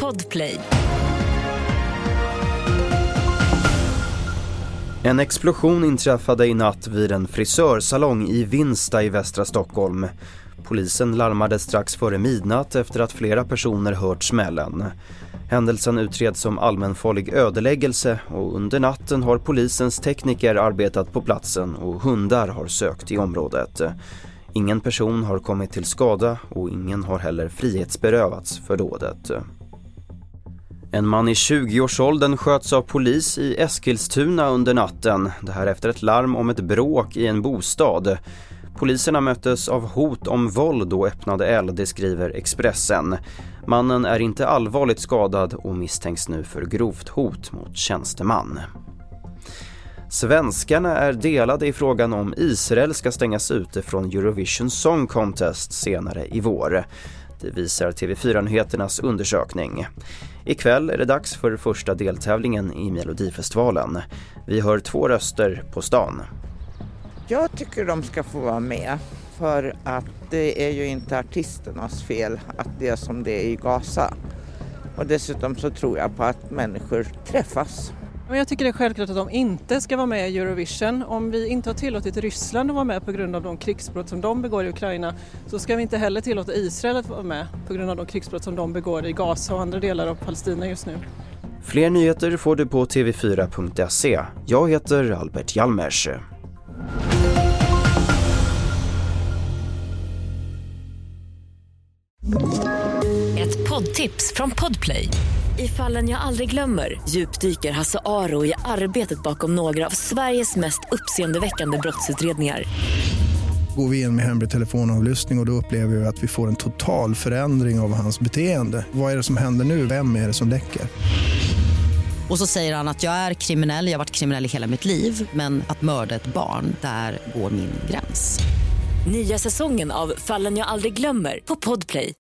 Podplay. En explosion inträffade i natt vid en frisörsalong i Vinsta i västra Stockholm. Polisen larmade strax före midnatt efter att flera personer hört smällen. Händelsen utreds som allmänfarlig ödeläggelse och under natten har polisens tekniker arbetat på platsen och hundar har sökt i området. Ingen person har kommit till skada och ingen har heller frihetsberövats för dådet. En man i 20-årsåldern sköts av polis i Eskilstuna under natten. Det här efter ett larm om ett bråk i en bostad. Poliserna möttes av hot om våld och öppnade eld, det skriver Expressen. Mannen är inte allvarligt skadad och misstänks nu för grovt hot mot tjänsteman. Svenskarna är delade i frågan om Israel ska stängas ute från Eurovision Song Contest senare i vår. Det visar TV4-nyheternas undersökning. Ikväll är det dags för första deltävlingen i Melodifestivalen. Vi hör 2 röster på stan. Jag tycker de ska få vara med, för att det är ju inte artisternas fel att det är som det är i Gaza. Och dessutom så tror jag på att människor träffas. Jag tycker det är självklart att de inte ska vara med i Eurovision. Om vi inte har tillåtit Ryssland att vara med på grund av de krigsbrott som de begår i Ukraina, så ska vi inte heller tillåta Israel att vara med på grund av de krigsbrott som de begår i Gaza och andra delar av Palestina just nu. Fler nyheter får du på tv4.se. Jag heter Albert Hjalmers. Ett poddtips från Podplay. I Fallen jag aldrig glömmer djupdyker Hasse Aro i arbetet bakom några av Sveriges mest uppseendeväckande brottsutredningar. Går vi in med hemlig telefonavlyssning och då upplever vi att vi får en total förändring av hans beteende. Vad är det som händer nu? Vem är det som läcker? Och så säger han att jag är kriminell, jag har varit kriminell i hela mitt liv. Men att mörda ett barn, där går min gräns. Nya säsongen av Fallen jag aldrig glömmer på Podplay.